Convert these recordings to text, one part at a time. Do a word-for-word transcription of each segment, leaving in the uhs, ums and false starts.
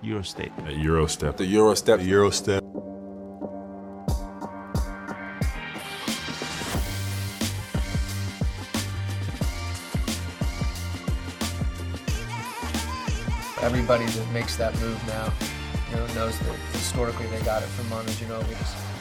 Eurostep. A Eurostep. The Eurostep. The Eurostep. Everybody that makes that move now, you know, knows that historically they got it from Manu Ginobili.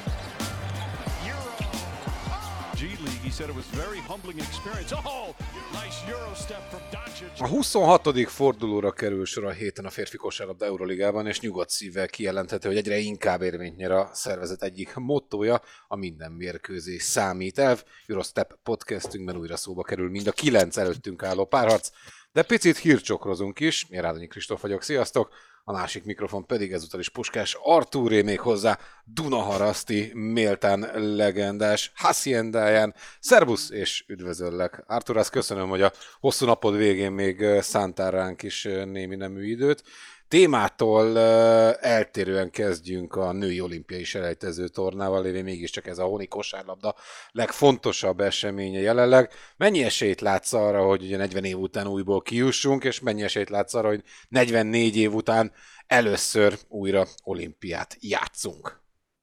G League, he said it was very humbling experience. Oh, nice Eurostep from Doncic. A huszonhatodik fordulóra kerül sor a héten a férfi kosárlabda Euroligában, és nyugodt szívvel kijelenthető, hogy egyre inkább érvényt nyer a szervezet egyik mottója, a minden mérkőzés számít elv. Eurostep podcastünkben újra szóba kerül mind a kilenc előttünk álló párharc, de picit hírcsokrozunk is. Én Rádonyi Kristóf vagyok, sziasztok! A másik mikrofon pedig ezúttal is Puskás Artúré, még hozzá Dunaharaszti méltán legendás Haciendáján. Szerbusz és üdvözöllek! Artúr, azt köszönöm, hogy a hosszú napod végén még szántál ránk is némi nemű időt. Témától eltérően kezdjünk a női olimpiai selejtező tornával, lévén mégiscsak ez a honi kosárlabda legfontosabb eseménye jelenleg. Mennyi esélyt látsz arra, hogy ugye negyven év után újból kijussunk, és mennyi esélyt látsz arra, hogy negyvennégy év után először újra olimpiát játszunk?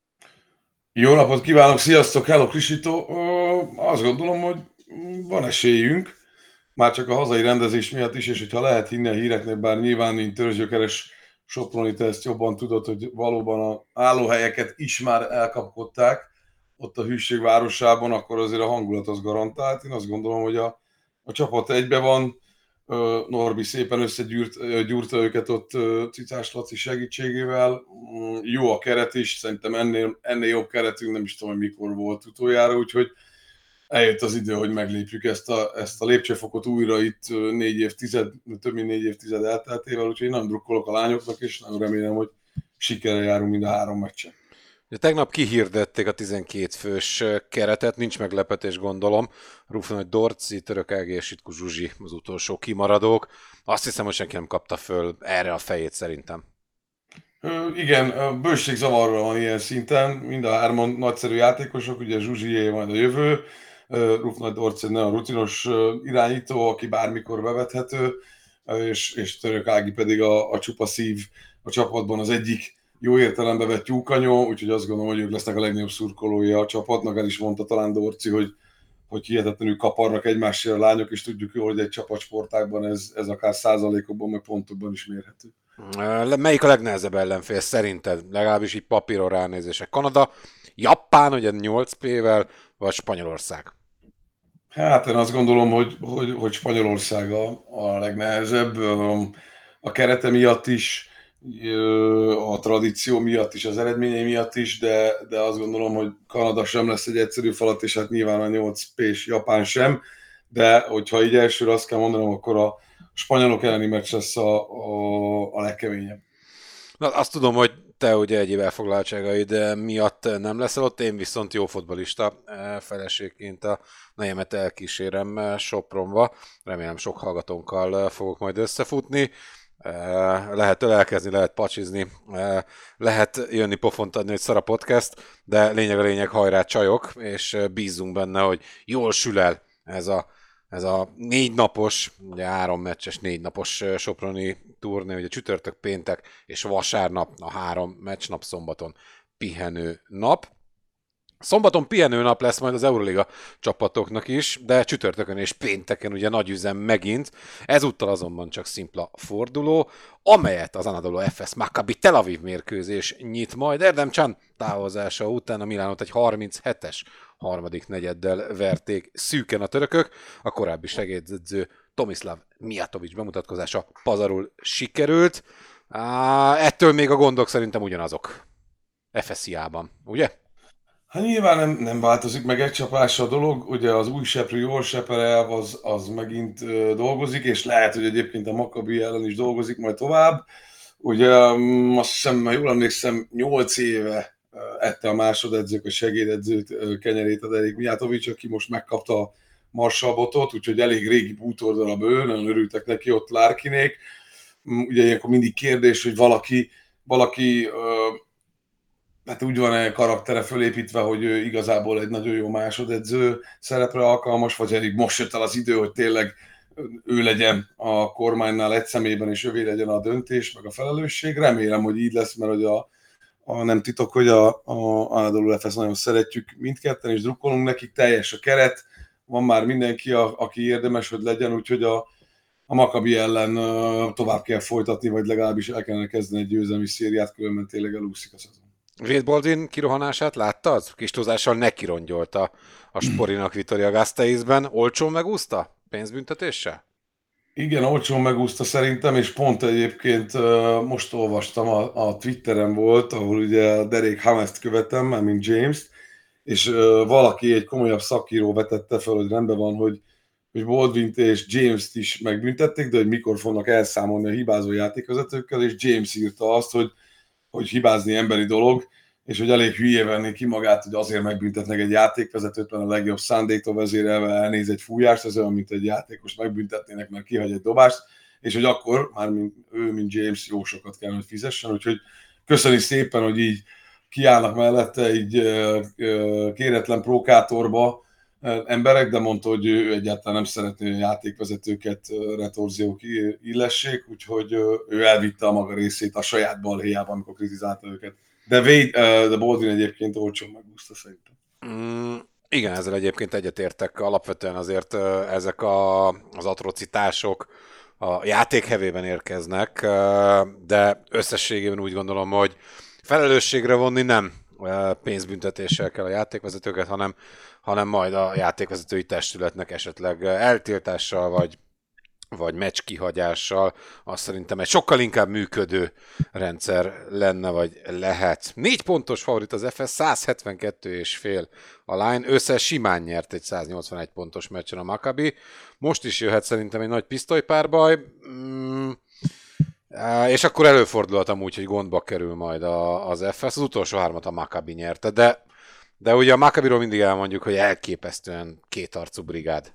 Jó napot kívánok, sziasztok, hello Krisito! Azt gondolom, hogy van esélyünk, már csak a hazai rendezés miatt is, és hogyha lehet hinni a híreknek, bár nyilván, mint törzsgyökeres soproni, te ezt jobban tudod, hogy valóban a állóhelyeket is már elkapkodták ott a hűség városában, akkor azért a hangulat az garantált. Én azt gondolom, hogy a, a csapat egybe van, Norbi szépen összegyúrta őket ott Cicás Laci segítségével, jó a keret is, szerintem ennél, ennél jobb keretünk, nem is tudom, hogy mikor volt utoljára, úgyhogy eljött az idő, hogy meglépjük ezt a, ezt a lépcsőfokot újra itt négy évtized, több mint négy évtized elteltével, úgyhogy én nagyon drukkolok a lányoknak, és nagyon remélem, hogy sikerrel járunk mind a három meccsen. Tegnap kihirdették a tizenkét fős keretet, nincs meglepetés, gondolom. Rúfnagy Dorci, Török Ági és Sitku Zsuzsi az utolsó kimaradók. Azt hiszem, hogy senki nem kapta föl erre a fejét szerintem. Igen, bőségzavarra van ilyen szinten, mind a hárman nagyszerű játékosok, ugye Zsuzsié majd a jövő, Rúfnagy Dorci egy nagyon rutinos irányító, aki bármikor bevethető, és, és Török Ági pedig a, a csupa szív a csapatban az egyik jó értelembe vett tyúkanyó, úgyhogy azt gondolom, hogy ők lesznek a legnagyobb szurkolója a csapatnak. El is mondta talán Dorci, hogy, hogy hihetetlenül kaparnak egymásra a lányok, és tudjuk jól, hogy egy csapatsportákban ez, ez akár százalékokban, meg pontokban is mérhető. Melyik a legnehezebb ellenfél szerinted? Legalábbis így papíron ránézések. Kanada, Japán, ugye nyolc pé-vel, vagy Spanyolország? Hát én azt gondolom, hogy, hogy, hogy Spanyolország a, a legnehezebb. A kerete miatt is, a tradíció miatt is, az eredményei miatt is, de, de azt gondolom, hogy Kanada sem lesz egy egyszerű falat, és hát nyilván a nyolc pés Japán sem, de hogyha így elsőre azt kell mondanom, akkor a spanyolok elleni meccs lesz a, a, a legkeményebb. Na, azt tudom, hogy te ugye egyéb elfoglaltságaid miatt nem leszel ott, én viszont jó fotbalista feleségként a nejemet elkísérem Sopronba. Remélem sok hallgatónkkal fogok majd összefutni. Lehet ölelkezni, lehet pacsizni, lehet jönni pofont adni, hogy szar a podcast, de lényeg a lényeg, hajrá csajok, és bízzunk benne, hogy jól sül el ez a, ez a négy napos, ugye három meccses, négy napos soproni turné, ugye csütörtök, péntek és vasárnap, a három meccsnap, szombaton pihenő nap. Szombaton pihenő nap lesz majd az Euroliga csapatoknak is, de csütörtökön és pénteken ugye nagy üzem megint, ezúttal azonban csak szimpla forduló, amelyet az Anadolu ef es Maccabi Tel Aviv mérkőzés nyit majd. Erdem Can távozása után a Milánot egy harminchetes harmadik negyeddel verték szűken a törökök, a korábbi segédedző Tomislav Mijatovic bemutatkozása pazarul sikerült. Á, ettől még a gondok szerintem ugyanazok ef es i á-ban, ugye? Hát nyilván nem, nem változik meg egy csapásra a dolog, ugye az új seprű, jól seperelv az, az megint uh, dolgozik, és lehet, hogy egyébként a Maccabi ellen is dolgozik majd tovább. Ugye um, azt hiszem, jól emlékszem, nyolc éve uh, ette a másodedzők, a segédedzőt uh, kenyerét a Derik Mijatovic, aki most megkapta a Marshall botot, úgyhogy elég régi bútordal a bőr, nagyon örültek neki ott Larkinék. Um, ugye ilyenkor mindig kérdés, hogy valaki, valaki uh, hát úgy van-e karaktere fölépítve, hogy ő igazából egy nagyon jó másodedző szerepre alkalmas, vagy elég most jött el az idő, hogy tényleg ő legyen a kormánynál egy személyben, és ővé legyen a döntés, meg a felelősség. Remélem, hogy így lesz, mert hogy a, a nem titok, hogy a, a Anadolu Efes nagyon szeretjük mindketten, és drukkolunk nekik, teljes a keret, van már mindenki, a, aki érdemes, hogy legyen, úgyhogy a, a Maccabi ellen uh, tovább kell folytatni, vagy legalábbis el kellene kezdeni egy győzelmi szériát, különben tényleg elúszik a szezon. Wade Baldwin kirohanását láttad? Kis túlzással nekirongyolta a Sporinak Vitoria Gasteizben. Olcsón megúszta? Pénzbüntetéssel? Igen, olcsón megúszta szerintem, és pont egyébként most olvastam, a, a Twitteren volt, ahol ugye Derek Hamest követem, mint James-t, és valaki, egy komolyabb szakíró vetette fel, hogy rendben van, hogy, hogy Baldwint és James-t is megbüntették, de hogy mikor fognak elszámolni a hibázó játékvezetőkkel, és James írta azt, hogy, hogy hibázni emberi dolog, és hogy elég hülyé venni ki magát, hogy azért megbüntetnek egy játékvezetőt, mert a legjobb szándéktól vezérelve elnéz egy fújást, ez olyan, mint egy játékos megbüntetnének, mert kihagy egy dobást, és hogy akkor, már mint ő, mint James, jó sokat kell, hogy fizessen, úgyhogy köszöni szépen, hogy így kiállnak mellette, így kéretlen prókátorba emberek, de mondta, hogy ő egyáltalán nem szeretné a játékvezetőket retorziók illessék, úgyhogy ő elvitte a maga részét a saját balhéjában, amikor kritizálta őket. De, Wade, de Baldwin egyébként olcsón megúszta szerintem. Mm, igen, ezzel egyébként egyetértek. Alapvetően azért ezek a, az atrocitások a játék hevében érkeznek, de összességében úgy gondolom, hogy felelősségre vonni nem pénzbüntetéssel kell a játékvezetőket, hanem, hanem majd a játékvezetői testületnek esetleg eltiltással vagy vagy meccs kihagyással, azt szerintem egy sokkal inkább működő rendszer lenne, vagy lehet. Négy pontos favorit az ef es, száz hetvenkettő és fél a line, össze simán nyert egy száznyolcvanegy pontos meccsen a Maccabi. Most is jöhet szerintem egy nagy pisztolypárbaj, mm, és akkor előfordulhat amúgy, hogy gondba kerül majd az ef es. Az utolsó hármat a Maccabi nyerte, de, de ugye a Maccabiról mindig elmondjuk, hogy elképesztően kétarcú brigád.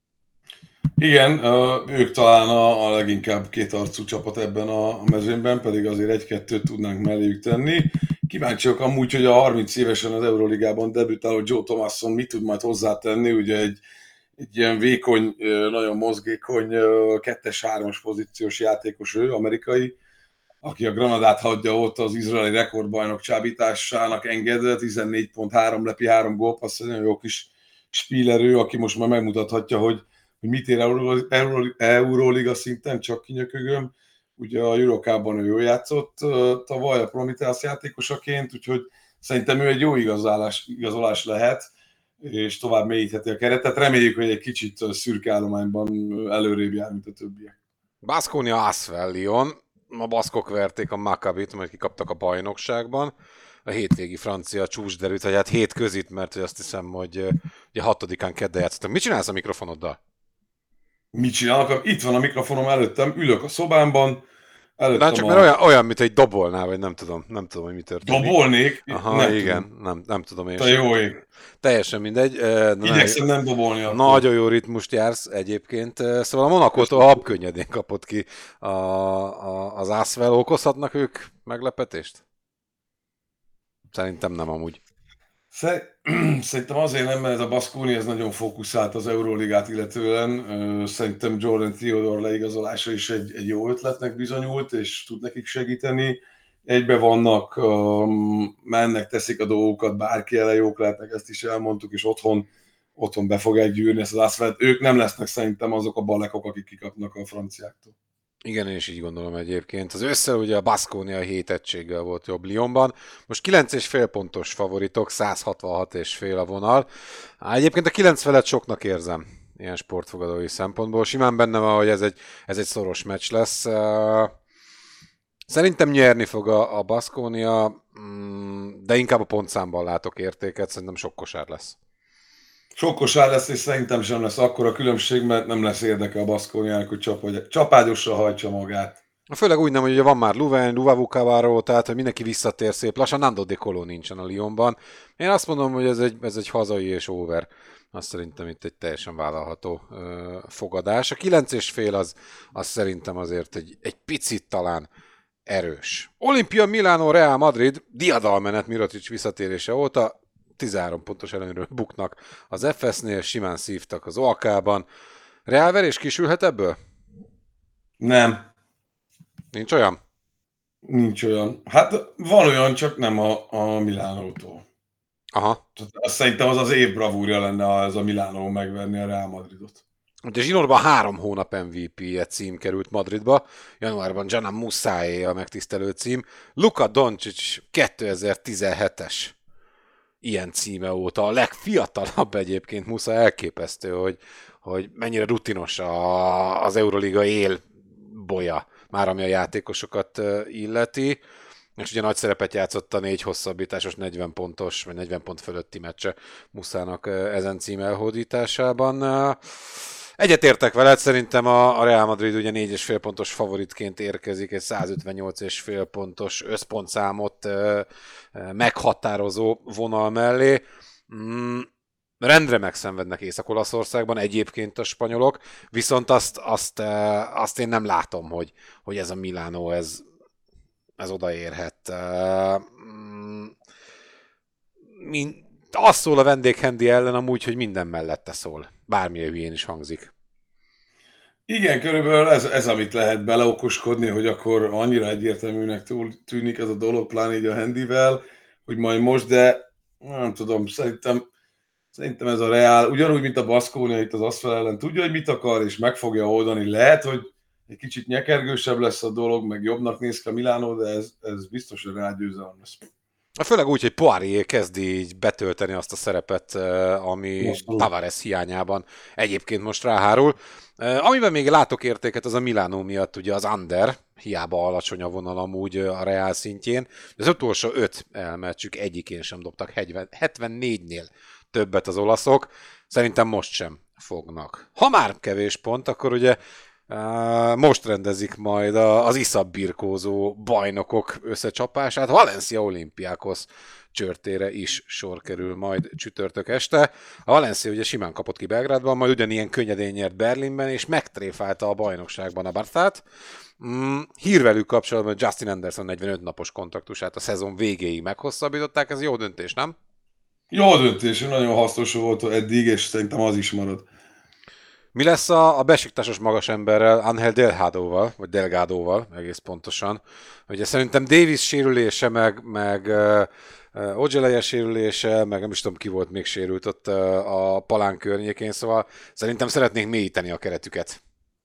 Igen, ők talán a, a leginkább kétarcú csapat ebben a mezőnyben, pedig azért egy-kettőt tudnánk melléjük tenni. Kíváncsiak amúgy, hogy a harminc évesen az Euroligában debütáló Joe Thomasson mit tud majd hozzátenni, ugye egy, egy ilyen vékony, nagyon mozgékony, kettes-hármas pozíciós játékos ő, amerikai, aki a Granadát hagyja ott az izraeli rekordbajnok csábításának engedve, tizennégy pont három lepi, három gólpassz, nagyon jó kis spílerő, aki most már megmutathatja, hogy hogy mit ér Euróliga szinten, csak kinyökögöm. Ugye a Eurocupban ő jól játszott tavaly a Prometheus játékosaként, úgyhogy szerintem ő egy jó igazolás, igazolás lehet, és tovább mélyítheti a keretet. Reméljük, hogy egy kicsit szürke állományban előrébb jár, mint a többiek. Baskonia Asvel Lyon. A baszkok verték a Maccabit, majd kikaptak a bajnokságban. A hétvégi francia csúcsderült, vagy hát hét közít, mert azt hiszem, hogy ugye hatodikán kedden játszottak. Mit csinálsz a mikrofonoddal? Mit csinálok? Itt van a mikrofonom előttem, ülök a szobámban. Nem csak a... mert olyan, olyan, mint egy dobolnál, vagy nem tudom, nem tudom, hogy mi történik. Dobolnék? Aha, nem igen, tudom. Nem, nem tudom én. Te jó ég. Teljesen mindegy. Igyekszem nem dobolni. Akkor. Nagyon jó ritmust jársz egyébként. Szóval a Monakótól habkönnyedén kapott ki a, a, az Asvel. Okozhatnak ők meglepetést? Szerintem nem amúgy. Szerintem azért nem, mert ez a Baskonia ez nagyon fókuszált az Euróligát illetően. Szerintem Jordan Theodore leigazolása is egy, egy jó ötletnek bizonyult, és tud nekik segíteni. Egybe vannak, mennek, teszik a dolgokat, bárki ellen jók lehetnek, ezt is elmondtuk, és otthon, otthon be fogják gyűrni ezt az Asfalt. Ők nem lesznek szerintem azok a balekok, akik kikapnak a franciáktól. Igen, én is így gondolom egyébként. Az össze ugye a Baskonia hét egységgel volt jobb Lyonban. Most kilenc és fél pontos favoritok, száz hatvanhat és fél a vonal. Á, egyébként a kilenc felett soknak érzem ilyen sportfogadói szempontból. Simán benne van, hogy ez egy, ez egy szoros meccs lesz. Szerintem nyerni fog a, a Baskonia, de inkább a pontszámban látok értéket, szerintem sok kosár lesz. Sok kosár lesz, és szerintem sem lesz akkora különbség, mert nem lesz érdeke a Baskoniának, hogy csapágyosra hajtsa magát. Főleg úgy nem, hogy ugye van már Louvain, Luvavu Cabarro, tehát hogy mindenki visszatér szép lassan, Nando De Colo nincsen a Lyonban. Én azt mondom, hogy ez egy, ez egy hazai és over. Azt szerintem itt egy teljesen vállalható ö, fogadás. A kilenc és fél az, az szerintem azért egy, egy picit talán erős. Olimpia, Milano, Real Madrid, diadalmenet Mirotic visszatérése óta, tizenhárom pontos előnyről buknak az ef es-nél, simán szívtak az o á ká-ban. Reálverés kisülhet ebből? Nem, Nincs olyan? nincs olyan. Hát van olyan, csak nem a, a Milánótól. Aha. Tehát azt szerintem az az év bravúrja lenne, ha ez a Milánó megverni a Real Madridot. Ugye Zsinórban három hónap em vé pé-je cím került Madridba, januárban Gianna Muszáé a megtisztelő cím, Luka Doncic kétezer-tizenhetes ilyen címe óta, a legfiatalabb egyébként. Muszáé, elképesztő, hogy, hogy mennyire rutinos a, az Euroliga élbolya, már ami a játékosokat illeti, és ugye nagy szerepet játszott a négy hosszabbításos negyven pontos, vagy negyven pont fölötti meccse Muszának ezen cím elhódításában. Egyetértek veled, szerintem a Real Madrid ugye négy és fél pontos favoritként érkezik, egy százötvennyolc és fél pontos összpontszámot meghatározó vonal mellé. Mm, rendre megszenvednek Észak-Olaszországban egyébként a spanyolok, viszont azt, azt, azt én nem látom, hogy, hogy ez a Milánó, ez, ez odaérhet. Mm, azt szól a vendéghendi ellen amúgy, hogy minden mellette szól. Bármilyen hülyén is hangzik. Igen, körülbelül ez, ez amit lehet beleokoskodni, hogy akkor annyira egyértelműnek tűnik ez a dolog, pláne így a handivel, hogy majd most, de nem tudom, szerintem, szerintem ez a Real, ugyanúgy, mint a Baskonia itt az Aszfel ellen, tudja, hogy mit akar, és meg fogja oldani. Lehet, hogy egy kicsit nyekergősebb lesz a dolog, meg jobbnak néz ki a Milánó, de ez, ez biztos, hogy rágyőzelem lesz. Főleg úgy, hogy Poirier kezdi így betölteni azt a szerepet, ami most Tavares hiányában egyébként most ráhárul. Amiben még látok értéket, az a Milánó miatt ugye az under, hiába alacsony a vonal amúgy a Real szintjén. Az utolsó öt elmeccsük egyikén sem dobtak hetvennégynél többet az olaszok. Szerintem most sem fognak. Ha már kevés pont, akkor ugye most rendezik majd az iszap birkózó bajnokok összecsapását. Valencia Olympiakos csörtére is sor kerül majd csütörtök este. A Valencia ugye simán kapott ki Belgrádban, majd ugyanilyen könnyedén nyert Berlinben, és megtréfálta a bajnokságban a Barszát. Mm, hírvelük kapcsolatban Justin Anderson negyvenöt napos kontraktusát a szezon végéig meghosszabbították. Ez jó döntés, nem? Jó döntés, nagyon hasznos volt eddig, és szerintem az is marad. Mi lesz a, a besiktásos magas emberrel, Ángel Delgadóval, vagy Delgadóval, egész pontosan? Ugye szerintem Davis sérülése, meg, meg uh, uh, Ogeleje sérülése, meg nem is tudom ki volt még sérült ott uh, a Palán környékén, szóval szerintem szeretnénk mélyíteni a keretüket.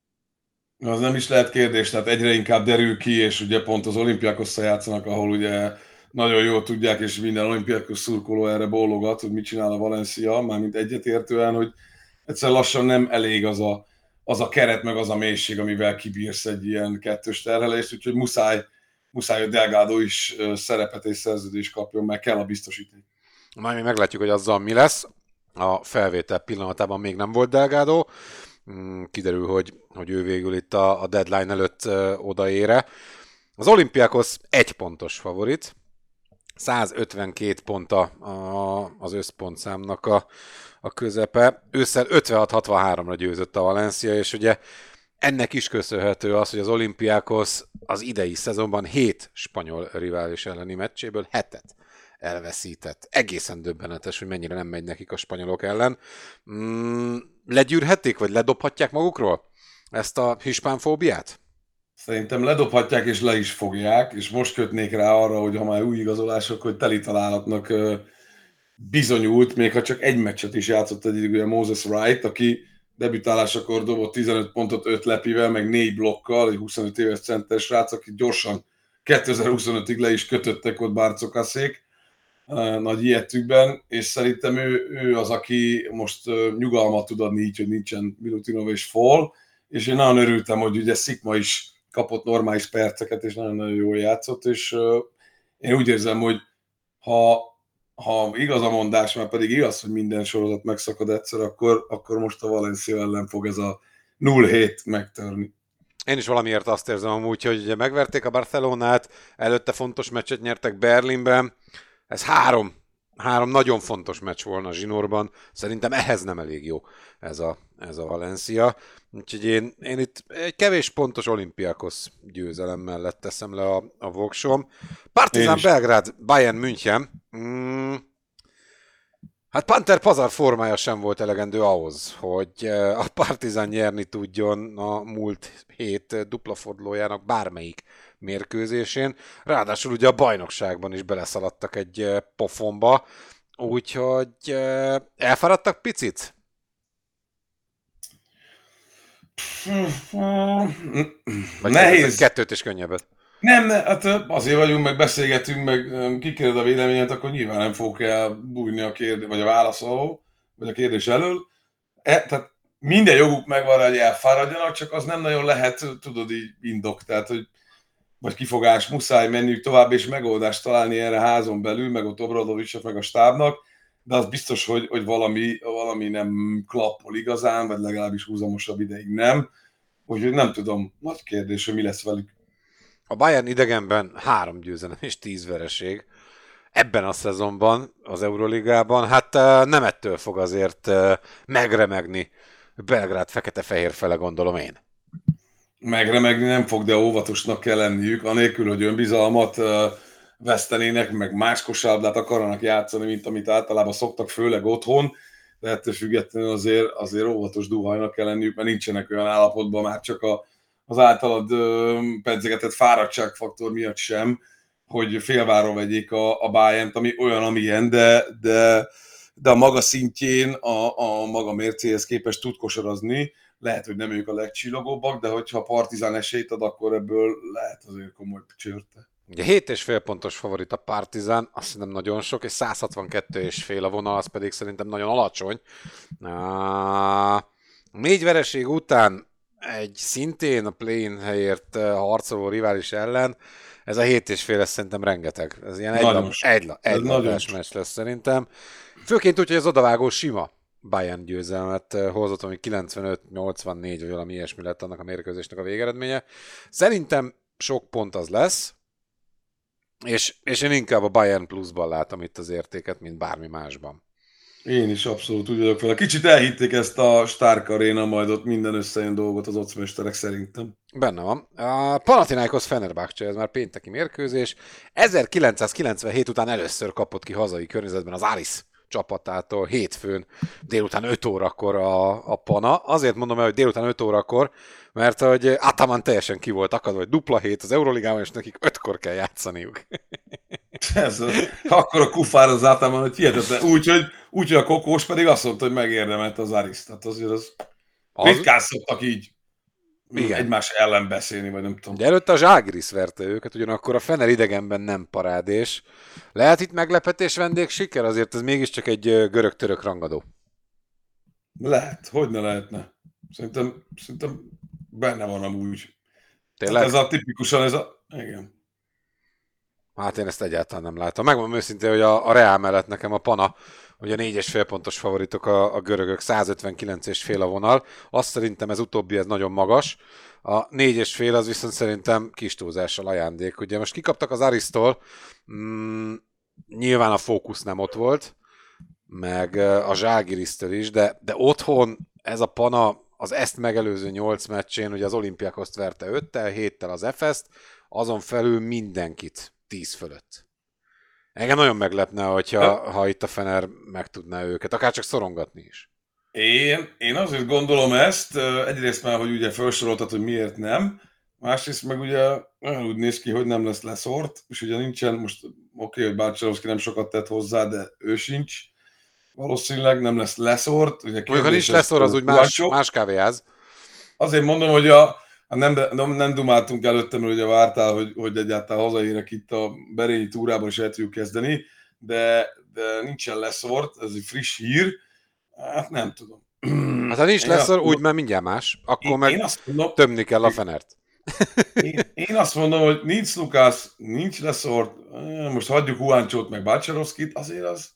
Az nem is lehet kérdés, tehát egyre inkább derül ki, és ugye pont az Olympiakosszal játszanak, ahol ugye nagyon jól tudják, és minden Olympiakos szurkoló erre bólogat, hogy mit csinál a Valencia, mármint egyetértően, hogy egyszer lassan nem elég az a, az a keret, meg az a mélység, amivel kibírsz egy ilyen kettős terhelést, úgyhogy muszáj, muszáj, hogy Delgado is szerepet és szerződést kapjon, meg kell a biztosítani. Majd mi meglátjuk, hogy azzal mi lesz. A felvétel pillanatában még nem volt Delgado. Kiderül, hogy, hogy ő végül itt a, a deadline előtt odaére. Az Olympiakos egy pontos favorit. százötvenkét pont a, a, az összpontszámnak a, a közepe. Ősszel ötvenhat hatvanháromra győzött a Valencia, és ugye ennek is köszönhető az, hogy az Olympiakos az idei szezonban hét spanyol rivális elleni meccséből hetet elveszített. Egészen döbbenetes, hogy mennyire nem megy nekik a spanyolok ellen. Mm, legyűrhetik, vagy ledobhatják magukról ezt a hispánfóbiát? Szerintem ledobhatják és le is fogják, és most kötnék rá arra, hogy ha már új igazolások, hogy teli találatnak bizonyult, még ha csak egy meccset is játszott egyik, ugye Moses Wright, aki debütálásakor dobott tizenöt pontot öt lepivel, meg négy blokkal, egy huszonöt éves center srác, aki gyorsan kétezer-huszonötig le is kötöttek ott Bárcokaszék nagy ilyetükben, és szerintem ő, ő az, aki most nyugalmat tud adni így, hogy nincsen Milutinov és Fall, és én nagyon örültem, hogy ugye Szikma is kapott normális perceket, és nagyon-nagyon jól játszott, és én úgy érzem, hogy ha, ha igaz a mondás, mert pedig igaz, hogy minden sorozat megszakad egyszer, akkor, akkor most a Valencia ellen fog ez a nulla hét megtörni. Én is valamiért azt érzem amúgy, hogy ugye megverték a Barcelonát, előtte fontos meccset nyertek Berlinben, ez három, három nagyon fontos meccs volna a zsinórban, szerintem ehhez nem elég jó ez a, ez a Valencia, úgyhogy én, én itt egy kevés pontos Olympiakos győzelem mellett teszem le a, a voksom. Partizan Belgrád, Bayern München. Mm, Hát Panther pazar formája sem volt elegendő ahhoz, hogy a Partizan nyerni tudjon a múlt hét dupla fordulójának bármelyik mérkőzésén. Ráadásul ugye a bajnokságban is beleszaladtak egy pofonba, úgyhogy elfáradtak picit? Vagy nehéz. Kettőt és könnyebbet. Nem, ne, hát azért vagyunk, meg beszélgetünk, meg kikérdez a véleményet, akkor nyilván nem fogok elbújni a kérdés, vagy a válasz alól, vagy a kérdés elől. E, tehát minden joguk megvan rá, hogy elfáradjanak, csak az nem nagyon lehet, tudod, így indok, tehát, hogy vagy kifogás, muszáj menniük tovább, és megoldást találni erre házon belül, meg ott Obradovicsnak, meg a stábnak, de az biztos, hogy, hogy valami, valami nem klappol igazán, vagy legalábbis húzamosabb ideig nem. Úgyhogy nem tudom, nagy kérdés, hogy mi lesz velük. A Bayern idegenben három győzelem és tíz vereség. Ebben a szezonban, az Euroligában, hát nem ettől fog azért megremegni Belgrád fekete-fehér fele, gondolom én. Megremegni nem fog, de óvatosnak kell lenniük, anélkül, hogy önbizalmat vesztenének, meg más kosárlabdát akarnak játszani, mint amit általában szoktak, főleg otthon, de ettől függetlenül azért, azért óvatos duhajnak kell lenniük, mert nincsenek olyan állapotban már csak a, az általad pedzegetett fáradtságfaktor miatt sem, hogy félváron vegyék a, a Bayernt, ami olyan, amilyen, de, de, de a maga szintjén, a, a maga mércéhez képest tud kosarazni. Lehet, hogy nem ők a legcsillagóbbak, de hogyha a Partizán esélyt ad, akkor ebből lehet azért komoly csörte. Ugye hét és fél pontos favorit a Partizán, azt hiszem nagyon sok, és száz hatvankettő és fél a vonal, az pedig szerintem nagyon alacsony. Uh, négy vereség után egy szintén a play-in helyért harcoló rivális ellen, ez a hét és fél lesz szerintem rengeteg. Ez ilyen egylabdás egy, egy egy meccs lesz szerintem. Főként úgy, hogy az odavágó sima Bayern győzelmet hozott, ami kilencvenöt nyolcvannégy, vagy valami ilyesmi lett annak a mérkőzésnek a végeredménye. Szerintem sok pont az lesz, és, és én inkább a Bayern pluszban látom itt az értéket, mint bármi másban. Én is abszolút úgy vagyok vele. Kicsit elhitték ezt a Stark Arena, majd ott minden összejön dolgot az ocmesterek szerintem. Benne van. A Panathinaikos Fenerbahce, ez már pénteki mérkőzés. ezerkilencszázkilencvenhét után először kapott ki hazai környezetben az Aris csapatától hétfőn délután öt órakor a, a Pana. Azért mondom el, hogy délután öt órakor, mert hogy Ataman teljesen ki volt akadva, hogy dupla hét az Euroligában, és nekik ötkor kell játszaniuk. Ez akkor a kufár az Ataman, hogy hihetetlen. Úgyhogy úgy, hogy a Kokós pedig azt mondta, hogy megérdemelt az Aris. Tehát azért az, az... ritkán szoktak így igen. egymás ellen beszélni, vagy nem tudom. De előtte a Zságiris verte őket, ugyanakkor a Fener idegenben nem parádés. Lehet itt meglepetés vendég siker? Azért ez mégiscsak egy görög-török rangadó. Lehet, hogy ne lehetne. Szerintem, szerintem benne van amúgy. Tényleg? Hát ez a tipikusan, ez a... Igen. Hát én ezt egyáltalán nem látom. Megmondom őszintén, hogy a, a Real mellett nekem a Pana, hogy a négy és fél pontos favoritok a, a görögök, száz ötvenkilenc és fél a vonal. Azt szerintem ez utóbbi, ez nagyon magas. A négy és fél az viszont szerintem kis túlzással ajándék. Ugye most kikaptak az Aristól, mm, nyilván a fókusz nem ott volt, meg a Zságirisztől is, de, de otthon ez a Pana az ezt megelőző nyolc meccsén, ugye az Olympiakoszt verte öttel, héttel az Efeszt, azon felül mindenkit tíz fölött. Engem nagyon meglepne, hogyha ha itt a Fener meg tudná őket, akár csak szorongatni is. Én, én azért gondolom ezt, egyrészt már, hogy ugye felsoroltad, hogy miért nem, másrészt meg ugye olyan úgy néz ki, hogy nem lesz leszort, és ugye nincsen, most oké, okay, hogy Bácsarovszki nem sokat tett hozzá, de ő sincs, valószínűleg nem lesz leszort. Mondjuk, ha nincs leszor, az úgy más, más kávéház. Azért mondom, hogy a, a nem, nem, nem dumáltunk előtte, mert ugye vártál, hogy, hogy egyáltalán hazaérek itt a Berényi túrában, és el tudjuk kezdeni, de, de nincsen leszort, ez egy friss hír, hát nem tudom. Hát ha nincs leszor, úgy már mindjárt más, akkor én, meg én mondom, tömni kell a Fenert. Én, én azt mondom, hogy nincs Lukász, nincs leszort, most hagyjuk Huáncsót meg Bácsarovszkit, azért az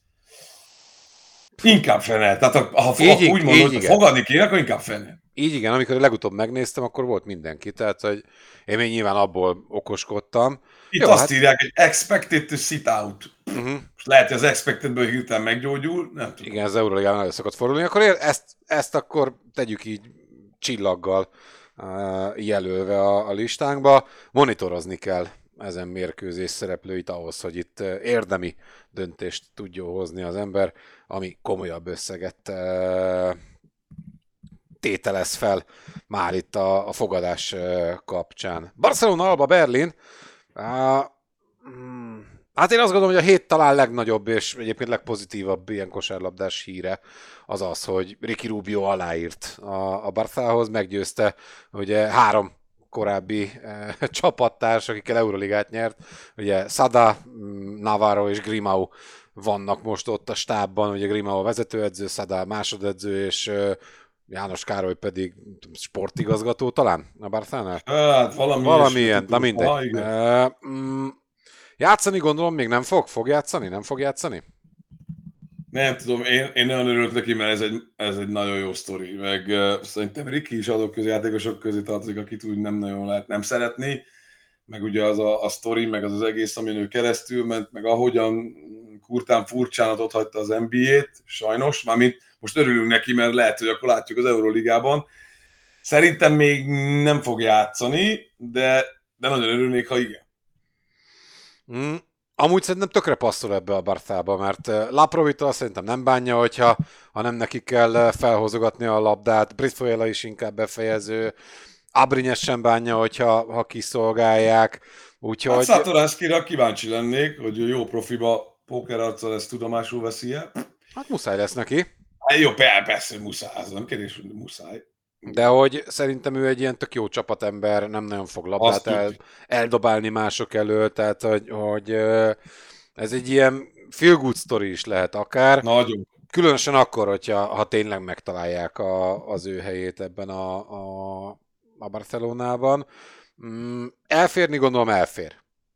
inkább Fener. Tehát ha, ha így, úgy mondod, hogy fogadni kéne, akkor inkább Fener. Így igen, amikor legutóbb megnéztem, akkor volt mindenki. Tehát, hogy én még nyilván abból okoskodtam. Itt Jó, azt hát... írják, hogy expected to sit out. Uh-huh. Most lehet, hogy az expectedből hirtelen meggyógyul, nem tudom. Igen, az Euroligában elő szokott fordulni. Akkor ezt, ezt akkor tegyük így csillaggal uh, jelölve a, a listánkba. Monitorozni kell ezen mérkőzés szereplőit ahhoz, hogy itt érdemi döntést tudjon hozni az ember, ami komolyabb összeget tételez fel már itt a, a fogadás kapcsán. Barcelona, Alba, Berlin. Uh, hát én azt gondolom, hogy a hét talán legnagyobb és egyébként legpozitívabb ilyen kosárlabdás híre az az, hogy Ricky Rubio aláírt a, a Barszához, meggyőzte ugye három korábbi eh, csapattárs, akikkel Euroligát nyert. Ugye Sada, Navarro és Grimau vannak most ott a stábban, ugye Grimau vezetőedző, Sada másodedző, és eh, János Károly pedig sportigazgató talán a Barszánál? Hát valami Valamilyen, na mindegy. Ah, uh, mm, játszani gondolom még nem fog? Fog játszani? Nem fog játszani? Nem tudom, én, én nagyon örülök neki, mert ez egy, ez egy nagyon jó sztori, meg uh, szerintem Ricky is azok közé, játékosok közé tartozik, akit úgy nem nagyon lehet nem szeretni, meg ugye az a, a sztori, meg az az egész, amin ő keresztül ment, meg ahogyan kurtán furcsánat ott hagyta az en bé á-t, sajnos, mármint most örülünk neki, mert lehet, hogy akkor látjuk az Euroligában. Szerintem még nem fog játszani, de, de nagyon örülnék, ha igen. Mm. Amúgy szerintem tökre passzol ebbe a Barszába, mert Laprovita szerintem nem bánja, hogyha ha nem neki kell felhozogatni a labdát, Britfoyela is inkább befejező, Abrinyes sem bánja, hogyha ha kiszolgálják, úgyhogy... Hát Satoranskira kíváncsi lennék, hogy jó profiba pókerarccal ezt tudomásul veszi-e. Hát muszáj lesz neki. Hát jó, persze, muszáj, ez nem kérdés, hogy muszáj. De hogy szerintem ő egy ilyen tök jó csapatember, nem nagyon fog labdát el, eldobálni mások elől, tehát hogy, hogy ez egy ilyen feel good story is lehet akár. Nagyon. Különösen akkor, hogyha ha tényleg megtalálják a, az ő helyét ebben a, a, a Barcelonában. Mm, elférni gondolom elfér.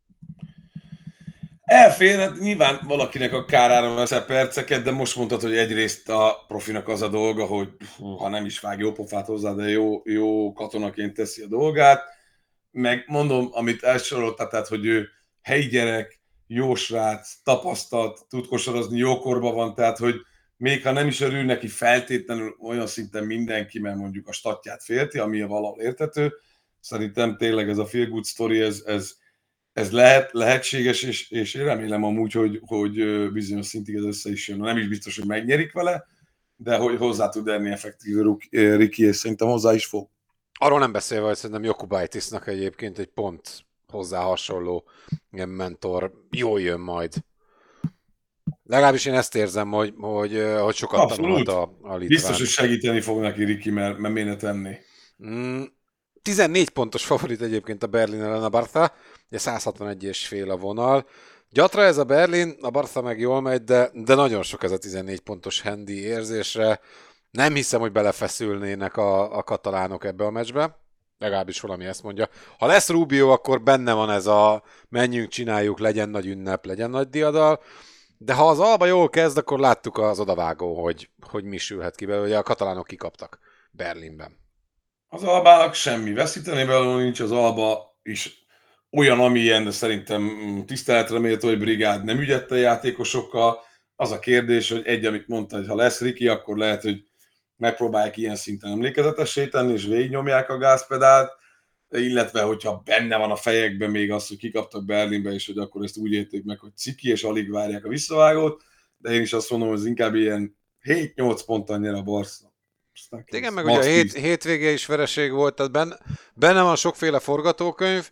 Elfér, hát nyilván valakinek a kárára veszel perceket, de most mondtad, hogy egyrészt a profinak az a dolga, hogy ha nem is vág jó pofát hozzá, de jó, jó katonaként teszi a dolgát. Meg mondom, amit elsoroltál, tehát, hogy ő helyi gyerek, jó srác, tapasztalt, tud kosarazni, jókorban van, tehát, hogy még ha nem is örül neki feltétlenül olyan szinten mindenki, mert mondjuk a statját félti, ami a valahol értető, szerintem tényleg ez a feel good story, ez, ez Ez lehet, lehetséges, és, és én remélem amúgy, hogy, hogy bizonyos szintig ez össze is jön. Nem is biztos, hogy megnyerik vele, de hogy hozzá tud enni effektív Ricky, és szerintem hozzá is fog. Arról nem beszélve, hogy szerintem Jokubaitisnak egyébként egy pont hozzá hasonló ilyen mentor jól jön majd. Legalábbis én ezt érzem, hogy, hogy, hogy sokat Abszolút. tanult a, a litván. Biztos, hogy segíteni fog neki Ricky, mert, mert miért ne tenni. Mm, tizennégy pontos favorit egyébként a Berlin ellen a Barca, ugye száz hatvanegy és fél a vonal. Gyatra ez a Berlin, a Barca meg jól megy, de, de nagyon sok ez a tizennégy pontos hendi érzésre. Nem hiszem, hogy belefeszülnének a, a katalánok ebbe a meccsbe. Legalábbis valami ezt mondja. Ha lesz Rubio, akkor benne van ez a menjünk, csináljuk, legyen nagy ünnep, legyen nagy diadal. De ha az Alba jól kezd, akkor láttuk az odavágó, hogy, hogy mi sülhet ki belőle. Ugye a katalánok kikaptak Berlinben. Az Albának semmi veszíteni belőle nincs, az Alba is olyan, amilyen, de szerintem tiszteletre méltó, hogy brigád nem ügyette játékosokkal. Az a kérdés, hogy egy, amit mondta, hogy ha lesz Ricky, akkor lehet, hogy megpróbálják ilyen szinten emlékezetessé tenni, és végignyomják a gázpedált, illetve hogyha benne van a fejekben még az, hogy kikaptak Berlinbe, és hogy akkor ezt úgy érték meg, hogy ciki, és alig várják a visszavágót, de én is azt mondom, hogy ez inkább ilyen hét-nyolc ponttal nyer a Barca. Igen, meg ugye a hét, hétvége is vereség volt, tehát benne, benne van sokféle forgatókönyv,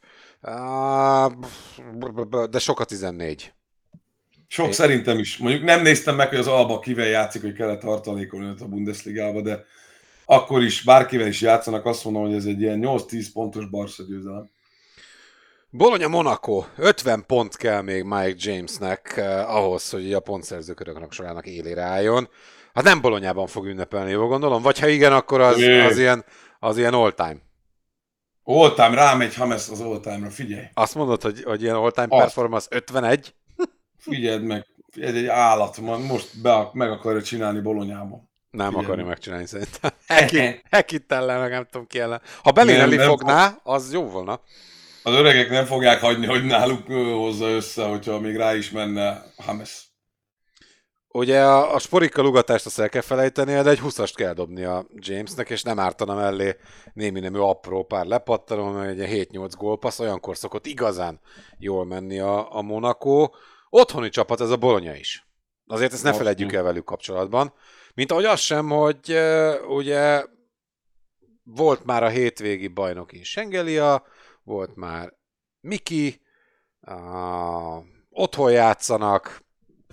de sok a tizennégy. Sok Én... szerintem is. Mondjuk nem néztem meg, hogy az Alba kivel játszik, hogy kellett tartalékolni a Bundesligába, de akkor is, bárkivel is játszanak, azt mondom, hogy ez egy ilyen nyolc-tíz pontos Barca győzelem. Bologna Monaco, ötven pont kell még Mike Jamesnek eh, ahhoz, hogy a pontszerzők öröknek sorának élére álljon. Hát nem Bolonyában fog ünnepelni, jól gondolom? Vagy ha igen, akkor az, az, ilyen, az ilyen all-time. All-time, rámegy Hames az all-time-ra, figyelj. Azt mondod, hogy, hogy ilyen all-time Azt. performance ötvenegy? Figyeld meg, figyeld, egy állat, most be, meg akarja csinálni Bolonyában. Nem figyeld akarja meg. megcsinálni szerintem. Hekit ellen, meg nem tudom ki ellen. Ha Bellinelli fogná, fog... az jó volna. Az öregek nem fogják hagyni, hogy náluk hozza össze, hogyha még rá is menne Hames. ugye a, a sporika lugatást azt el kell felejtenie, de egy huszast kell dobnia Jamesnek, és nem ártana mellé némi nemű apró pár lepattanó, mert egy hét-nyolc gólpassz, olyankor szokott igazán jól menni a, a Monaco. Otthoni csapat ez a Bologna is. Azért ezt ne Most feledjük nem. el velük kapcsolatban. Mint ahogy az sem, hogy uh, ugye volt már a hétvégi bajnoki Schengelia, volt már Miki, uh, otthon játszanak.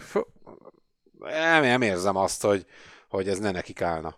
Nem, nem érzem azt, hogy, hogy ez ne nekik állna.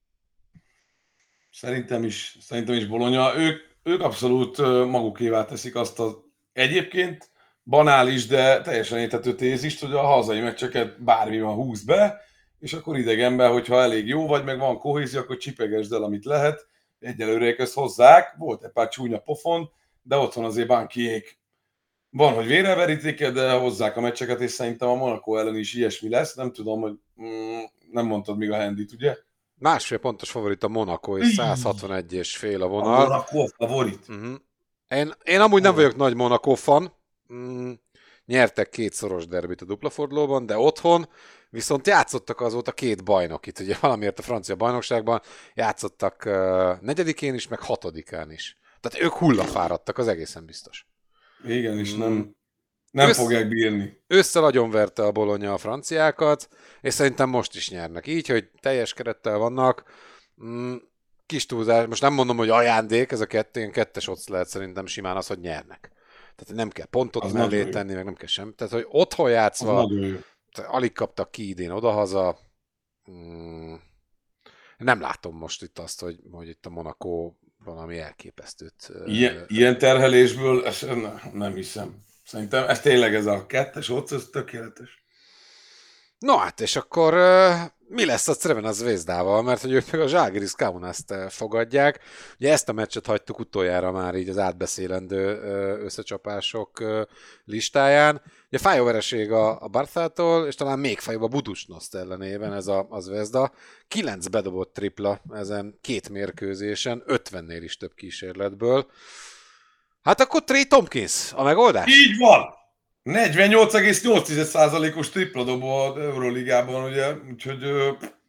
Szerintem is, szerintem is Bologna. Ők, ők abszolút ö, magukévá teszik azt az egyébként banális, de teljesen érthető tézist, hogy a hazai meccseket bármi van húz be, és akkor idegenben, hogyha elég jó vagy, meg van kohézió, akkor csipegesd el, amit lehet. Egyelőre ezt hozzák, volt egy pár csúnya pofon, de ott van azért Bankiék. Van, hogy vérelveríték, de hozzák a meccseket, és szerintem a Monaco ellen is ilyesmi lesz. Nem tudom, hogy mm, nem mondtad még a handit, ugye? Másfél pontos favorit a Monaco, és száz hatvanegy és fél a A vonal. Monaco a favorit. Uh-huh. Én, én amúgy nem vagyok nagy Monaco fan. Mm, nyertek két szoros derbit a dupla fordulóban, de otthon viszont játszottak azóta két bajnokit. Ugye valamiért a francia bajnokságban játszottak uh, negyedikén is, meg hatodikán is. Tehát ők hullafáradtak, az egészen biztos. Igen, és Mm. nem, nem Össz- fogják bírni. Össze agyonverte a Bologna a franciákat, és szerintem most is nyernek. Így, hogy teljes kerettel vannak, mm, kis túlzás, most nem mondom, hogy ajándék, ez a kettő, ilyen kettes ott lehet szerintem simán az, hogy nyernek. Tehát nem kell pontot Az mellé nagyon jó. tenni, meg nem kell semmi. Tehát, hogy otthon Az játszva, nagyon jó. alig kaptak ki idén odahaza. Mm, nem látom most itt azt, hogy, hogy itt a Monaco valami elképesztőt. Ilyen, ilyen terhelésből ezt nem, nem hiszem. Szerintem ez tényleg ez a kettes ott, ez tökéletes. No hát, és akkor uh, mi lesz a Crvena Zvezdával, mert hogy ők meg a Žalgiris Kaunast uh, fogadják. Ugye ezt a meccset hagytuk utoljára már így az átbeszélendő uh, összecsapások uh, listáján. Ugye fájó vereség a, a Barthától, és talán még fájóbb a Budućnost ellenében ez a, a Zvezda. Kilenc bedobott tripla ezen két mérkőzésen, ötvennél is több kísérletből. Hát akkor Trey Tompkins a megoldás? Így van! negyvennyolc egész nyolc százalékos tripladobó az Euroligában, ugye, úgyhogy ö,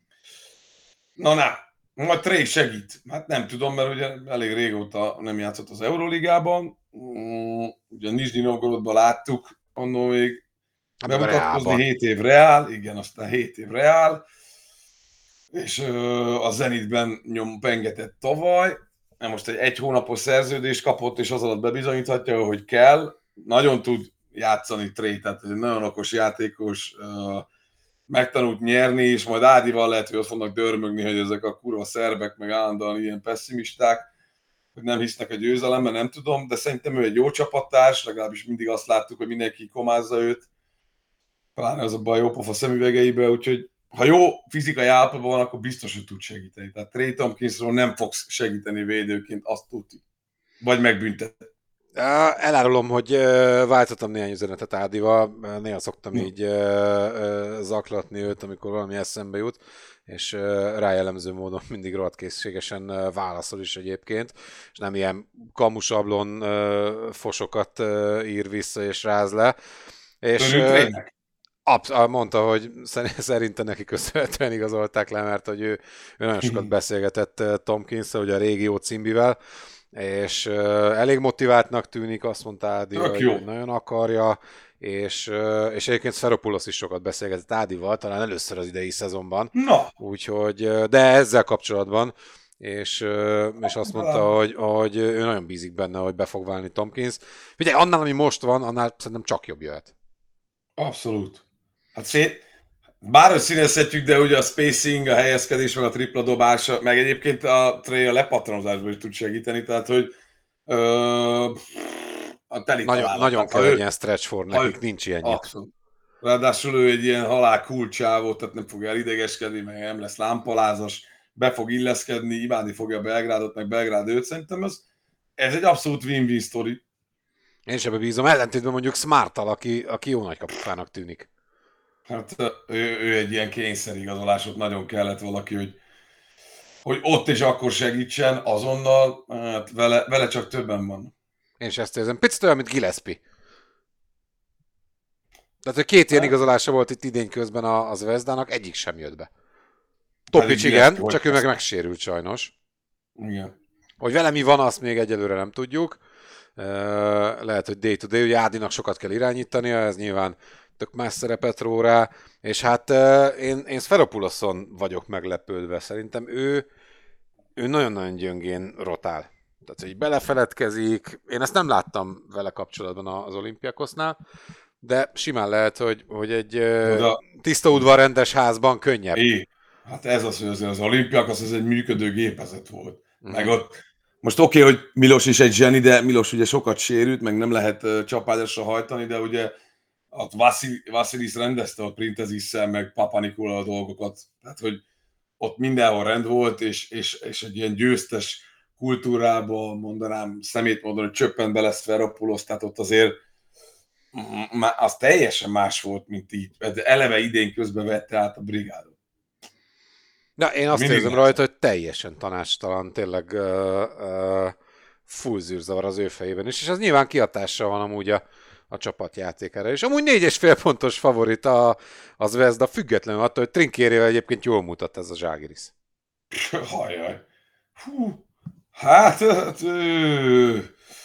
na na, majd Trey segít. Hát nem tudom, mert ugye elég régóta nem játszott az Euroligában. Mm, ugye Nizhny Novgorodban láttuk, annól még bemutatkozni, hét év Reál, igen, aztán hét év Reál, és ö, a Zenitben nyom pengetett tavaly. Most egy egy hónapos szerződést kapott, és az alatt bebizonyíthatja, hogy kell. Nagyon tud játszani Trey, tehát egy nagyon okos játékos, uh, megtanult nyerni, és majd Ádival lehet, hogy azt fognak dörmögni, hogy ezek a kurva szerbek, meg állandóan ilyen pessimisták, hogy nem hisznek a győzelemben, nem tudom, de szerintem ő egy jó csapattárs, legalábbis mindig azt láttuk, hogy mindenki komázza őt, pláne az a baj jó pofa szemüvegeibe, úgyhogy ha jó fizikai állapotban van, akkor biztos, hogy tud segíteni. Tehát Trey Tompkinsról nem fogsz segíteni védőként, azt tudni. Vagy megbüntet. Elárulom, hogy váltottam néhány üzenetet Ádival, néha szoktam így zaklatni őt, amikor valami eszembe jut, és rájellemző módon mindig rohadt készségesen válaszol is egyébként, és nem ilyen kamusablon fosokat ír vissza és ráz le. És absz- mondta, hogy szerinte neki köszönhetően igazolták le, mert hogy ő, ő nagyon sokat beszélgetett Tompkins-szel, ugye a régió címbivel, és uh, elég motiváltnak tűnik, azt mondta Ádi, hogy jó. nagyon akarja, és, uh, és egyébként Sferopoulos is sokat beszélgetett Ádival, talán először az idei szezonban, Na. úgyhogy, uh, de ezzel kapcsolatban, és, uh, és azt mondta, hogy, hogy ő nagyon bízik benne, hogy be fog válni Tompkins. Ugye annál, ami most van, annál szerintem csak jobb jöhet. Abszolút. Hát szét, bárhogy színezhetjük, de ugye a spacing, a helyezkedés, meg a tripla dobása, meg egyébként a Trey a lepatronozásban is tud segíteni, tehát hogy ö, a teli Nagyon, találat. nagyon kell ő, egy ilyen stretch for nekik, nincs ilyen. Abszolút. Ráadásul ő egy ilyen halál cool csávó, tehát nem fog elidegeskedni, meg nem lesz lámpalázas, be fog illeszkedni, imádni fogja Belgrádot, meg Belgrád őt. Szerintem ez, ez egy abszolút win-win sztori. Én sem bízom, ellentétben mondjuk Smarttal, aki, aki jó nagy kapufának tűnik. Hát ő, ő egy ilyen kényszerigazolás, ott nagyon kellett valaki, hogy, hogy ott és akkor segítsen azonnal, hát vele, vele csak többen van. Én is ezt érzem. Picit olyan, mint Gillespie. Tehát, hogy két ilyen Hát. igazolása volt itt idény közben a, a Zvezdának, egyik sem jött be. Topic Pedig igen, Bieski csak hogy ő meg lesz. megsérült sajnos. Igen. Hogy vele mi van, azt még egyelőre nem tudjuk. Uh, lehet, hogy day to day, ugye Ádinak sokat kell irányítania, ez nyilván tök más szerepet ró rá, és hát uh, én, én Sferopuloszon vagyok meglepődve. Szerintem ő, ő nagyon-nagyon gyöngén rotál. Tehát, hogy belefeledkezik. Én ezt nem láttam vele kapcsolatban az Olympiakosznál, de simán lehet, hogy, hogy egy uh, a... tiszta udvarrendes házban könnyebb. É, hát ez az, hogy az, az olimpiák az, az egy működő gépezet volt. Mhm. Meg ott, most oké, okay, hogy Milos is egy zseni, de Milos ugye sokat sérült, meg nem lehet uh, csapádásra hajtani, de ugye ott Vasil, Vasilis rendezte ott Printezisszel, meg Papa Nikola a dolgokat. Tehát, hogy ott mindenhol rend volt, és, és, és egy ilyen győztes kultúrába, mondanám, szemét módon, hogy csöppent bele Sferopulos, tehát ott azért az teljesen más volt, mint így. Eleve idén közben vette át a brigádot. Na, én azt Mindig érzem más. rajta, hogy teljesen tanácstalan, tényleg uh, uh, full zűrzavar az ő fejében is, és az nyilván kihatással van amúgy a, a csapatjátékára. És amúgy négy és fél pontos favorit a, a Zvezda, függetlenül attól, hogy Trinkérével egyébként jól mutat ez a Zságiris. Hajjaj. Hú. Hát, hát ö...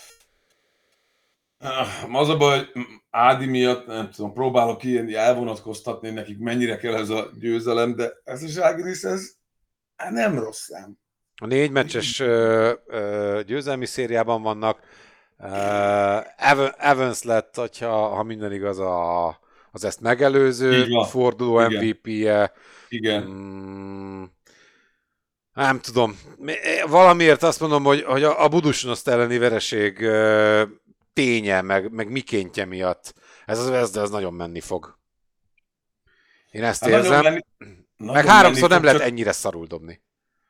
az a baj, hogy Ádi miatt, nem tudom, próbálok ilyen elvonatkoztatni nekik, mennyire kell ez a győzelem, de ez a Zságiris, ez hát nem rossz szám. A négy meccses ö, ö, győzelmi szériában vannak. Uh, Evans lett, hogyha, ha minden igaz, a, az ezt megelőző forduló em vé pé-je. Igen. Mm, nem tudom. Valamiért azt mondom, hogy, hogy a Budusnost elleni vereség uh, ténye, meg, meg mikéntje miatt ez az Zvezda, ez nagyon menni fog. Én ezt hát érzem. Menni, meg háromszor nem lehet ennyire szarul dobni.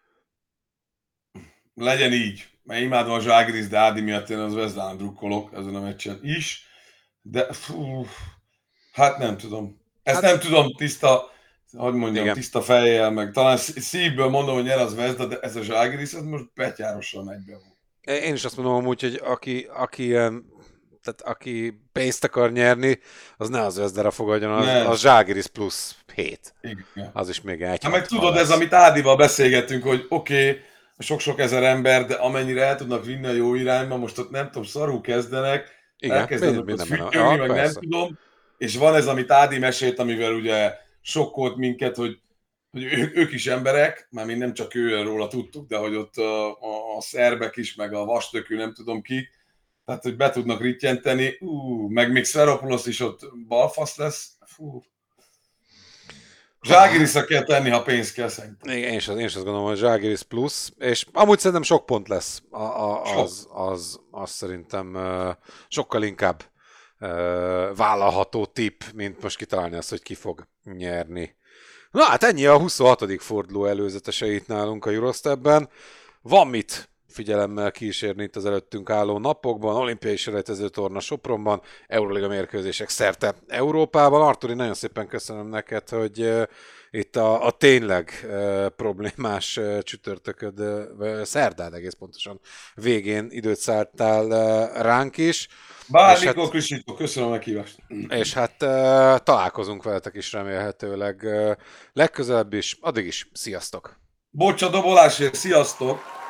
Legyen így. Mert imádom a Zságiris, de Ádi miatt én az Zvezdának drukkolok ezen a meccsen is. De fú, hát nem tudom. Ezt hát, nem tudom tiszta, hogy mondjam, igen. tiszta fejjel, meg talán szívből mondom, hogy nyer az Zvezda, de ez a Zságiris, ez most betyárosan egybe van. Én is azt mondom amúgy, hogy aki, aki ilyen tehát aki pénzt akar nyerni, az ne az Zvezdára fogadjon, az, az Zságiris plusz hét. Igen. Az is még egy. Hát meg tudod, lesz. Ez, amit Ádival beszélgettünk, hogy oké, okay, sok-sok ezer ember, de amennyire el tudnak vinni a jó irányba, most ott nem tudom, szarul kezdenek, igen, elkezdenek ott függölni, meg nem tudom, és van ez, amit Ádi mesélt, amivel ugye sokkolt minket, hogy, hogy ő, ők is emberek, már mi nem csak ő róla tudtuk, de hogy ott a, a, a szerbek is, meg a vastökű, nem tudom ki, tehát, hogy be tudnak rittyenteni, ú, meg még Sferopulos is ott balfasz lesz, fú. Zságiriszra kell tenni, ha pénzt kell szerintem. Én is, én is azt gondolom, hogy Zságiris plusz, és amúgy szerintem sok pont lesz, a, a, az, az, az szerintem uh, sokkal inkább uh, vállalható tipp, mint most kitalálni azt, hogy ki fog nyerni. Na hát ennyi a huszonhatodik forduló előzeteseit nálunk a Eurostepben. Van mit figyelemmel kísérni itt az előttünk álló napokban, olimpiai selejtező torna Sopronban, Euroliga mérkőzések szerte Európában. Arturi, nagyon szépen köszönöm neked, hogy uh, itt a, a tényleg uh, problémás uh, csütörtököd, uh, szerdád egész pontosan végén időt szálltál uh, ránk is. Bármikor, hát, Krisító, köszönöm a meghívást. És hát uh, találkozunk veletek is remélhetőleg uh, legközelebb is. Addig is, sziasztok! Bocs a dobolásért, sziasztok!